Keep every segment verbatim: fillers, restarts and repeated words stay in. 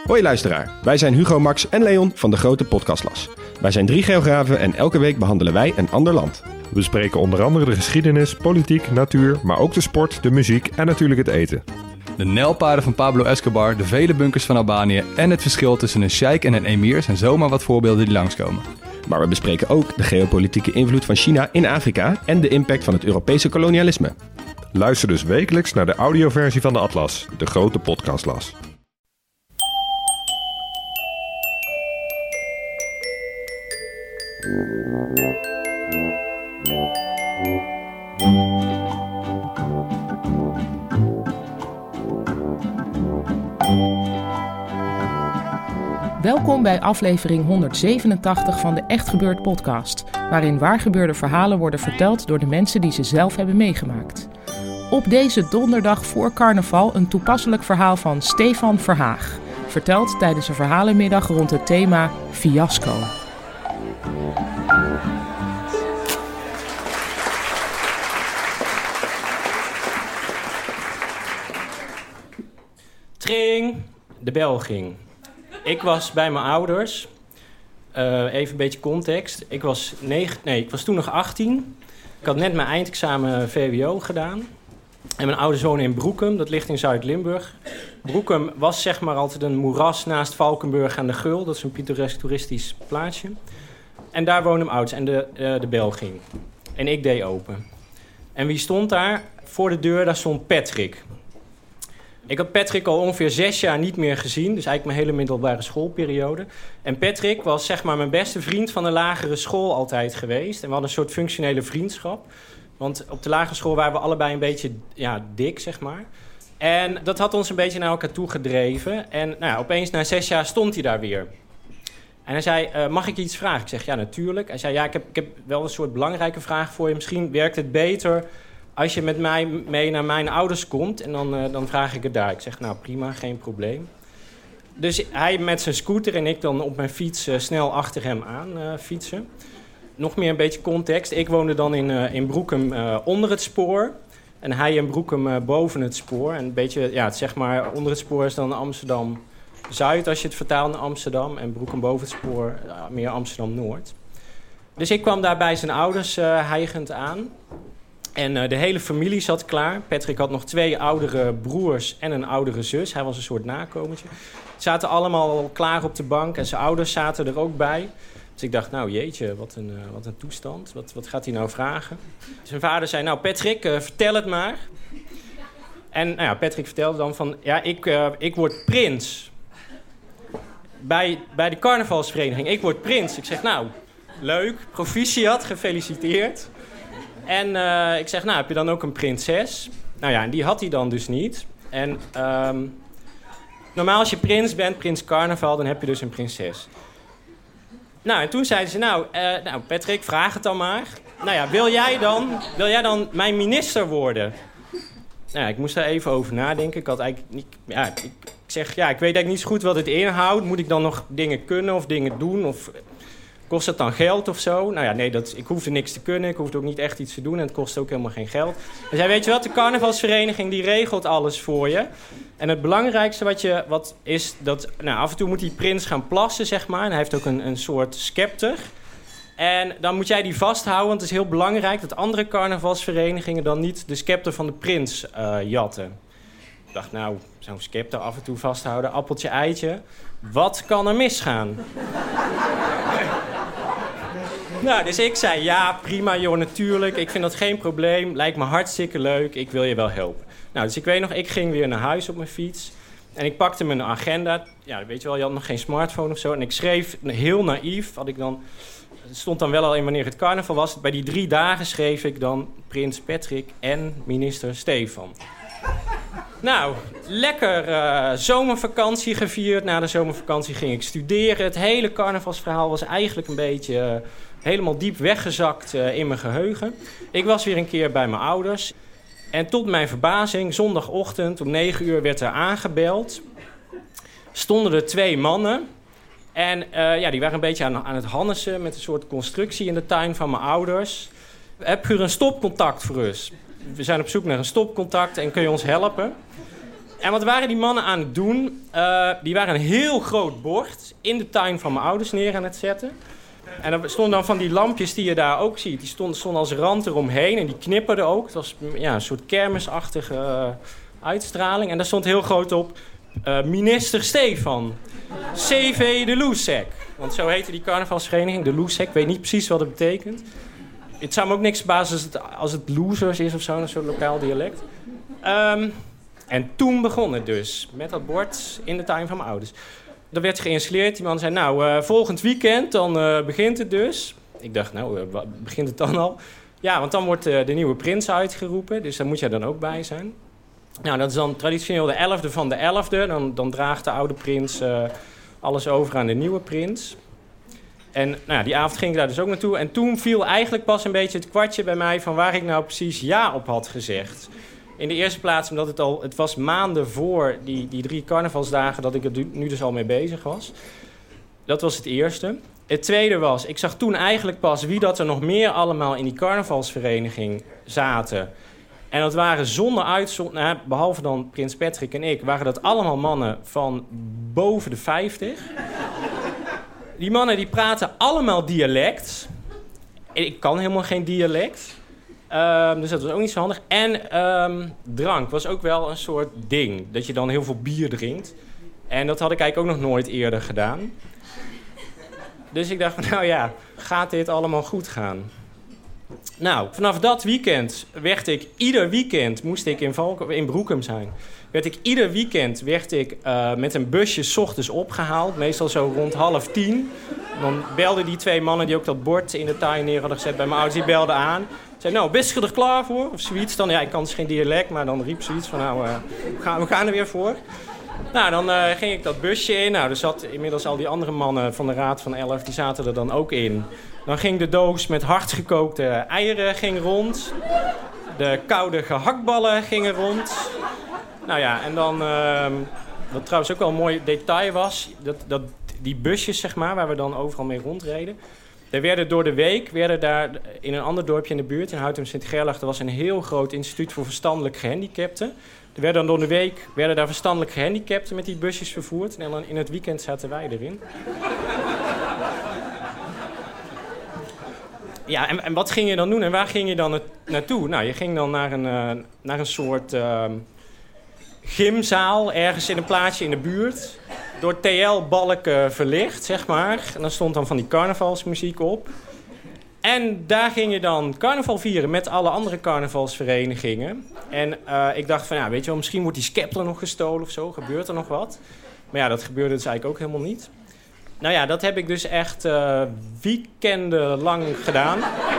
Hoi luisteraar, wij zijn Hugo, Max en Leon van de Grote Podcastlas. Wij zijn drie geografen en elke week behandelen wij een ander land. We bespreken onder andere de geschiedenis, politiek, natuur, maar ook de sport, de muziek en natuurlijk het eten. De nijlpaarden van Pablo Escobar, de vele bunkers van Albanië en het verschil tussen een sheik en een emir zijn zomaar wat voorbeelden die langskomen. Maar we bespreken ook de geopolitieke invloed van China in Afrika en de impact van het Europese kolonialisme. Luister dus wekelijks naar de audioversie van de Atlas, de Grote Podcastlas. Welkom bij aflevering honderdzevenentachtig van de Echt Gebeurd podcast, waarin waargebeurde verhalen worden verteld door de mensen die ze zelf hebben meegemaakt. Op deze donderdag voor carnaval een toepasselijk verhaal van Stefan Verhaag, verteld tijdens een verhalenmiddag rond het thema fiasco. Tring, de bel ging. Ik was bij mijn ouders. Uh, even een beetje context. Ik was, negen, nee, ik was toen nog achttien. Ik had net mijn eindexamen V W O gedaan. En mijn ouders wonen in Broekum, dat ligt in Zuid-Limburg. Broekum was zeg maar altijd een moeras naast Valkenburg aan de Geul. Dat is een pittoresk toeristisch plaatsje. En daar woonden mijn ouders en de, uh, de bel ging. En ik deed open. En wie stond daar? Voor de deur, daar stond Patrick. Ik had Patrick al ongeveer zes jaar niet meer gezien. Dus eigenlijk mijn hele middelbare schoolperiode. En Patrick was zeg maar mijn beste vriend van de lagere school altijd geweest. En we hadden een soort functionele vriendschap. Want op de lagere school waren we allebei een beetje ja, dik, zeg maar. En dat had ons een beetje naar elkaar toe gedreven. En nou ja, opeens na zes jaar stond hij daar weer. En hij zei, uh, mag ik je iets vragen? Ik zeg, ja, natuurlijk. Hij zei, ja, ik heb, ik heb wel een soort belangrijke vraag voor je. Misschien werkt het beter als je met mij mee naar mijn ouders komt. En dan, uh, dan vraag ik het daar. Ik zeg, nou prima, geen probleem. Dus hij met zijn scooter en ik dan op mijn fiets uh, snel achter hem aan uh, fietsen. Nog meer een beetje context. Ik woonde dan in, uh, in Broekum uh, onder het spoor. En hij in Broekum uh, boven het spoor. En een beetje, ja, zeg maar, onder het spoor is dan Amsterdam-Zuid als je het vertaalt naar Amsterdam. En Broekum boven het spoor, uh, meer Amsterdam-Noord. Dus ik kwam daar bij zijn ouders uh, hijgend aan. En uh, de hele familie zat klaar. Patrick had nog twee oudere broers en een oudere zus. Hij was een soort nakomertje. Ze zaten allemaal klaar op de bank en zijn ouders zaten er ook bij. Dus ik dacht, nou jeetje, wat een, uh, wat een toestand. Wat, wat gaat hij nou vragen? Zijn vader zei, nou Patrick, uh, vertel het maar. En nou ja, Patrick vertelde dan van, ja, ik, uh, ik word prins. Bij, bij de carnavalsvereniging, ik word prins. Ik zeg, nou, leuk, proficiat, gefeliciteerd. En uh, ik zeg, nou, heb je dan ook een prinses? Nou ja, en die had hij dan dus niet. En um, normaal als je prins bent, prins carnaval, dan heb je dus een prinses. Nou, en toen zeiden ze, nou, uh, nou, Patrick, vraag het dan maar. Nou ja, wil jij dan, wil jij dan mijn minister worden? Nou ja, ik moest daar even over nadenken. Ik had eigenlijk niet, ja, ik, ik zeg, ja, ik weet eigenlijk niet zo goed wat het inhoudt. Moet ik dan nog dingen kunnen of dingen doen? Of kost het dan geld of zo? Nou ja, nee, dat, ik hoefde niks te kunnen. Ik hoefde ook niet echt iets te doen en het kostte ook helemaal geen geld. Hij zei, weet je wat, de carnavalsvereniging die regelt alles voor je. En het belangrijkste wat je, wat is, dat nou, af en toe moet die prins gaan plassen, zeg maar. En hij heeft ook een, een soort scepter. En dan moet jij die vasthouden, want het is heel belangrijk dat andere carnavalsverenigingen dan niet de scepter van de prins uh, jatten. Ik dacht, nou, zo'n scepter af en toe vasthouden, appeltje, eitje. Wat kan er misgaan? Nou, dus ik zei, ja, prima joh, natuurlijk. Ik vind dat geen probleem. Lijkt me hartstikke leuk. Ik wil je wel helpen. Nou, dus ik weet nog, ik ging weer naar huis op mijn fiets. En ik pakte mijn agenda. Ja, weet je wel, je had nog geen smartphone of zo. En ik schreef, heel naïef, had ik dan... Het stond dan wel al in wanneer het carnaval was. Bij die drie dagen schreef ik dan prins Patrick en minister Stefan. Nou, lekker uh, zomervakantie gevierd. Na de zomervakantie ging ik studeren. Het hele carnavalsverhaal was eigenlijk een beetje uh, helemaal diep weggezakt uh, in mijn geheugen. Ik was weer een keer bij mijn ouders. En tot mijn verbazing, zondagochtend om negen uur werd er aangebeld. Stonden er twee mannen. En uh, ja, die waren een beetje aan, aan het hannissen met een soort constructie in de tuin van mijn ouders. Heb je een stopcontact voor ons? We zijn op zoek naar een stopcontact en kun je ons helpen? En wat waren die mannen aan het doen? Uh, die waren een heel groot bord in de tuin van mijn ouders neer aan het zetten. En er stonden dan van die lampjes die je daar ook ziet. Die stonden, stonden als rand eromheen en die knipperden ook. Het was ja, een soort kermisachtige uh, uitstraling. En daar stond heel groot op... Uh, minister Stefan, C V de Loesek. Want zo heette die carnavalsvereniging, de Loesek. Ik weet niet precies wat dat betekent. Het zou me ook niks verbazen als het, als het losers is of zo, een soort lokaal dialect. Um, en toen begon het dus, met dat bord in de tuin van mijn ouders. Er werd geïnstalleerd, die man zei, nou, uh, volgend weekend, dan uh, begint het dus. Ik dacht, nou, uh, begint het dan al? Ja, want dan wordt uh, de nieuwe prins uitgeroepen, dus daar moet jij dan ook bij zijn. Nou, dat is dan traditioneel de elfde van de elfde. Dan, dan draagt de oude prins uh, alles over aan de nieuwe prins. En nou ja, die avond ging ik daar dus ook naartoe. En toen viel eigenlijk pas een beetje het kwartje bij mij... van waar ik nou precies ja op had gezegd. In de eerste plaats omdat het al... het was maanden voor die, die drie carnavalsdagen... dat ik er nu dus al mee bezig was. Dat was het eerste. Het tweede was, ik zag toen eigenlijk pas... wie dat er nog meer allemaal in die carnavalsvereniging zaten... En dat waren zonder uitzondering, nou, behalve dan Prins Patrick en ik... waren dat allemaal mannen van boven de vijftig. Die mannen die praten allemaal dialect. Ik kan helemaal geen dialect. Um, dus dat was ook niet zo handig. En um, drank was ook wel een soort ding. Dat je dan heel veel bier drinkt. En dat had ik eigenlijk ook nog nooit eerder gedaan. Dus ik dacht, nou ja, gaat dit allemaal goed gaan? Nou, vanaf dat weekend werd ik ieder weekend, moest ik in, Valk, in Broekum zijn, werd ik ieder weekend werd ik, uh, met een busje 's ochtends opgehaald, meestal zo rond half tien. Dan belden die twee mannen die ook dat bord in de tuin neer hadden gezet bij mijn ouders, die belden aan. Zeiden, nou, bist je er klaar voor? Of zoiets. Dan, ja, ik kan dus geen dialect, maar dan riep zoiets van, nou, uh, we, gaan, we gaan er weer voor. Nou, dan uh, ging ik dat busje in. Nou, er zat inmiddels al die andere mannen van de Raad van Elf, die zaten er dan ook in. Dan ging de doos met hardgekookte eieren ging rond. De koude gehaktballen gingen rond. Nou ja, en dan... Uh, wat trouwens ook wel een mooi detail was... Dat, dat die busjes, zeg maar, waar we dan overal mee rondreden... Er werden door de week, werden daar in een ander dorpje in de buurt... in Houten-Sint-Gerlach, er was een heel groot instituut voor verstandelijk gehandicapten... Er werden dan door de week werden daar verstandelijk gehandicapten met die busjes vervoerd. En dan in het weekend zaten wij erin. Ja, en, en wat ging je dan doen en waar ging je dan na- naartoe? Nou, je ging dan naar een, uh, naar een soort uh, gymzaal ergens in een plaatsje in de buurt. Door T L-balken verlicht, zeg maar. En dan stond dan van die carnavalsmuziek op. En daar ging je dan carnaval vieren met alle andere carnavalsverenigingen. En uh, ik dacht van, ja, weet je wel, misschien wordt die scepter nog gestolen of zo. Gebeurt er nog wat? Maar ja, dat gebeurde dus eigenlijk ook helemaal niet. Nou ja, dat heb ik dus echt uh, weekenden lang gedaan.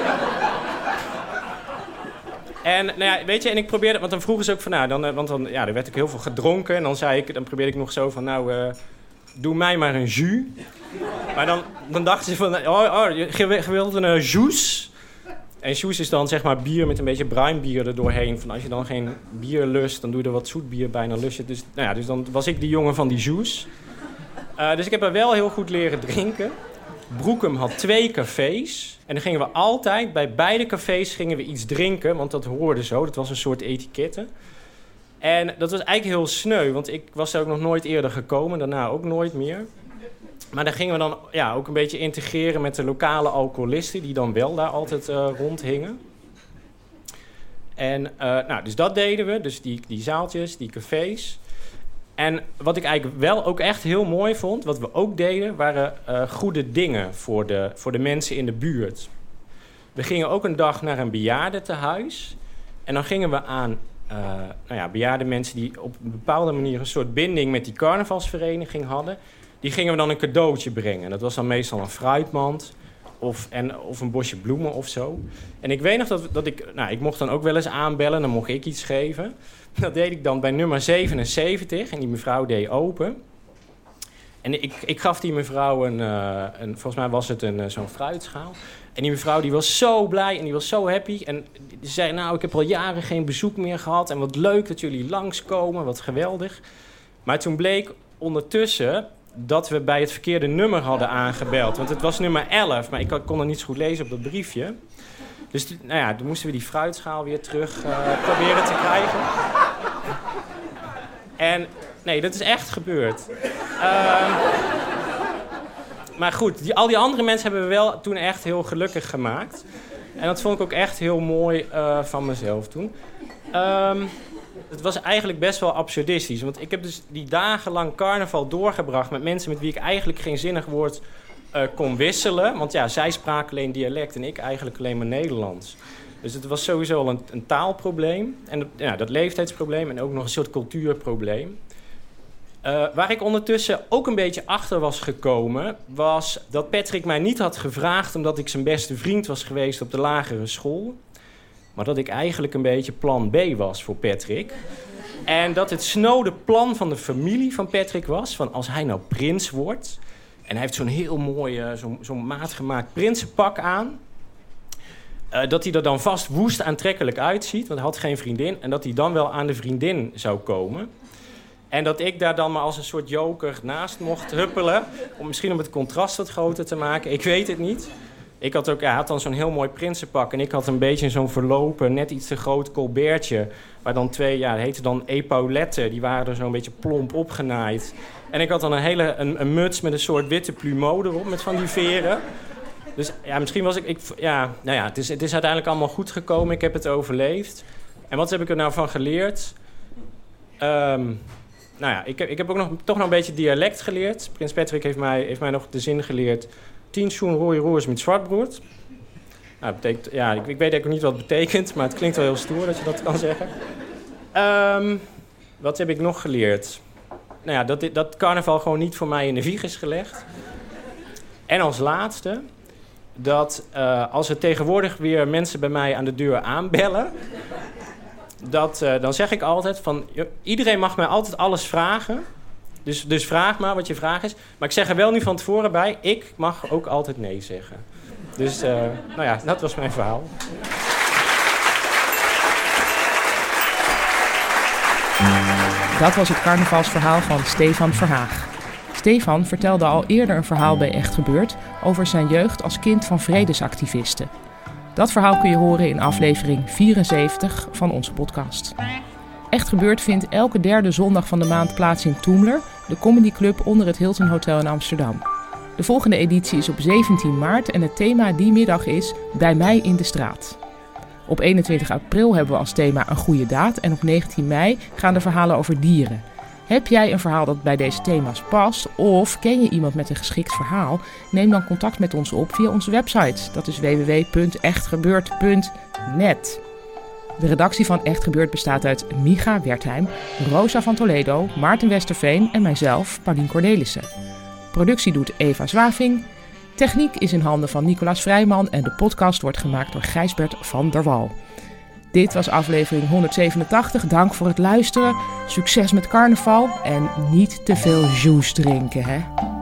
En nou ja, weet je, en ik probeerde, want dan vroegen ze ook van, nou, dan, want dan, ja, er werd ook heel veel gedronken. En dan zei ik, dan probeerde ik nog zo van, nou, uh, doe mij maar een jus. Maar dan, dan dachten ze van, oh, oh je wilt een uh, jus. En jus is dan zeg maar bier met een beetje bruin bier er doorheen. Van als je dan geen bier lust, dan doe je er wat zoet bier bij en dan lust je het. Dus, nou ja, dus dan was ik die jongen van die jus. Uh, dus ik heb er wel heel goed leren drinken. Broekum had twee cafés. En dan gingen we altijd, bij beide cafés gingen we iets drinken. Want dat hoorde zo, dat was een soort etiketten. En dat was eigenlijk heel sneu, want ik was daar ook nog nooit eerder gekomen. Daarna ook nooit meer. Maar dan gingen we dan ja, ook een beetje integreren met de lokale alcoholisten... die dan wel daar altijd uh, rondhingen. En uh, nou, dus dat deden we, dus die, die zaaltjes, die cafés. En wat ik eigenlijk wel ook echt heel mooi vond... wat we ook deden, waren uh, goede dingen voor de, voor de mensen in de buurt. We gingen ook een dag naar een bejaardentehuis. En dan gingen we aan uh, nou ja, bejaarde mensen... die op een bepaalde manier een soort binding met die carnavalsvereniging hadden... die gingen we dan een cadeautje brengen. Dat was dan meestal een fruitmand of, en, of een bosje bloemen of zo. En ik weet nog dat, dat ik... Nou, ik mocht dan ook wel eens aanbellen, dan mocht ik iets geven. Dat deed ik dan bij nummer zevenenzeventig en die mevrouw deed open. En ik, ik gaf die mevrouw een, uh, een... Volgens mij was het een, uh, zo'n fruitschaal. En die mevrouw die was zo blij en die was zo happy. En die zei, nou, ik heb al jaren geen bezoek meer gehad... en wat leuk dat jullie langskomen, wat geweldig. Maar toen bleek ondertussen... dat we bij het verkeerde nummer hadden aangebeld. Want het was nummer elf, maar ik kon er niet zo goed lezen op dat briefje. Dus nou ja, toen moesten we die fruitschaal weer terug uh, proberen te krijgen. En nee, dat is echt gebeurd. Uh, maar goed, die, al die andere mensen hebben we wel toen echt heel gelukkig gemaakt. En dat vond ik ook echt heel mooi uh, van mezelf toen. Um, het was eigenlijk best wel absurdistisch. Want ik heb dus die dagenlang carnaval doorgebracht met mensen met wie ik eigenlijk geen zinnig woord uh, kon wisselen. Want ja, zij spraken alleen dialect en ik eigenlijk alleen maar Nederlands. Dus het was sowieso al een, een taalprobleem. En ja, dat leeftijdsprobleem en ook nog een soort cultuurprobleem. Uh, waar ik ondertussen ook een beetje achter was gekomen, was dat Patrick mij niet had gevraagd omdat ik zijn beste vriend was geweest op de lagere school. Maar dat ik eigenlijk een beetje plan B was voor Patrick. En dat het snode plan van de familie van Patrick was, van als hij nou prins wordt, en hij heeft zo'n heel mooi, uh, zo'n, zo'n maatgemaakt prinsenpak aan, Uh, dat hij er dan vast woest aantrekkelijk uitziet, want hij had geen vriendin, en dat hij dan wel aan de vriendin zou komen. En dat ik daar dan maar als een soort joker naast mocht huppelen, om misschien om het contrast wat groter te maken. Ik weet het niet. Ik had ook, ja, hij had dan zo'n heel mooi prinsenpak en ik had een beetje zo'n verlopen, net iets te groot colbertje, waar dan twee, ja, dat heette dan epauletten, die waren er zo'n beetje plomp opgenaaid. En ik had dan een hele een, een muts met een soort witte plumeau erop, met van die veren. Dus ja, misschien was ik... ik ja, nou ja, het is, het is uiteindelijk allemaal goed gekomen. Ik heb het overleefd. En wat heb ik er nou van geleerd? Um, nou ja, ik heb, ik heb ook nog, toch nog een beetje dialect geleerd. Prins Patrick heeft mij, heeft mij nog de zin geleerd. Tien schoen rode roers met zwartbrood. Nou, dat betekent... Ja, ik, ik weet eigenlijk niet wat het betekent, maar het klinkt wel heel stoer dat je dat kan zeggen. Um, wat heb ik nog geleerd? Nou ja, dat, dit, dat carnaval gewoon niet voor mij in de wieg is gelegd. En als laatste, dat uh, als er tegenwoordig weer mensen bij mij aan de deur aanbellen, dat, uh, dan zeg ik altijd van, iedereen mag mij altijd alles vragen. Dus, dus vraag maar wat je vraag is. Maar ik zeg er wel nu van tevoren bij, ik mag ook altijd nee zeggen. Dus, uh, nou ja, dat was mijn verhaal. Dat was het carnavalsverhaal van Stefan Verhaag. Stefan vertelde al eerder een verhaal bij Echt Gebeurd over zijn jeugd als kind van vredesactivisten. Dat verhaal kun je horen in aflevering vierenzeventig van onze podcast. Echt Gebeurd vindt elke derde zondag van de maand plaats in Toemler, de comedyclub onder het Hilton Hotel in Amsterdam. De volgende editie is op zeventien maart en het thema die middag is Bij mij in de straat. Op eenentwintig april hebben we als thema een goede daad en op negentien mei gaan de verhalen over dieren. Heb jij een verhaal dat bij deze thema's past of ken je iemand met een geschikt verhaal? Neem dan contact met ons op via onze website. Dat is w w w punt echt gebeurd punt net. De redactie van Echt Gebeurd bestaat uit Micha Wertheim, Rosa van Toledo, Maarten Westerveen en mijzelf, Paulien Cornelissen. Productie doet Eva Zwaving. Techniek is in handen van Nicolaas Vrijman en de podcast wordt gemaakt door Gijsbert van der Wal. Dit was aflevering honderdzevenentachtig. Dank voor het luisteren. Succes met carnaval en niet te veel juice drinken, hè?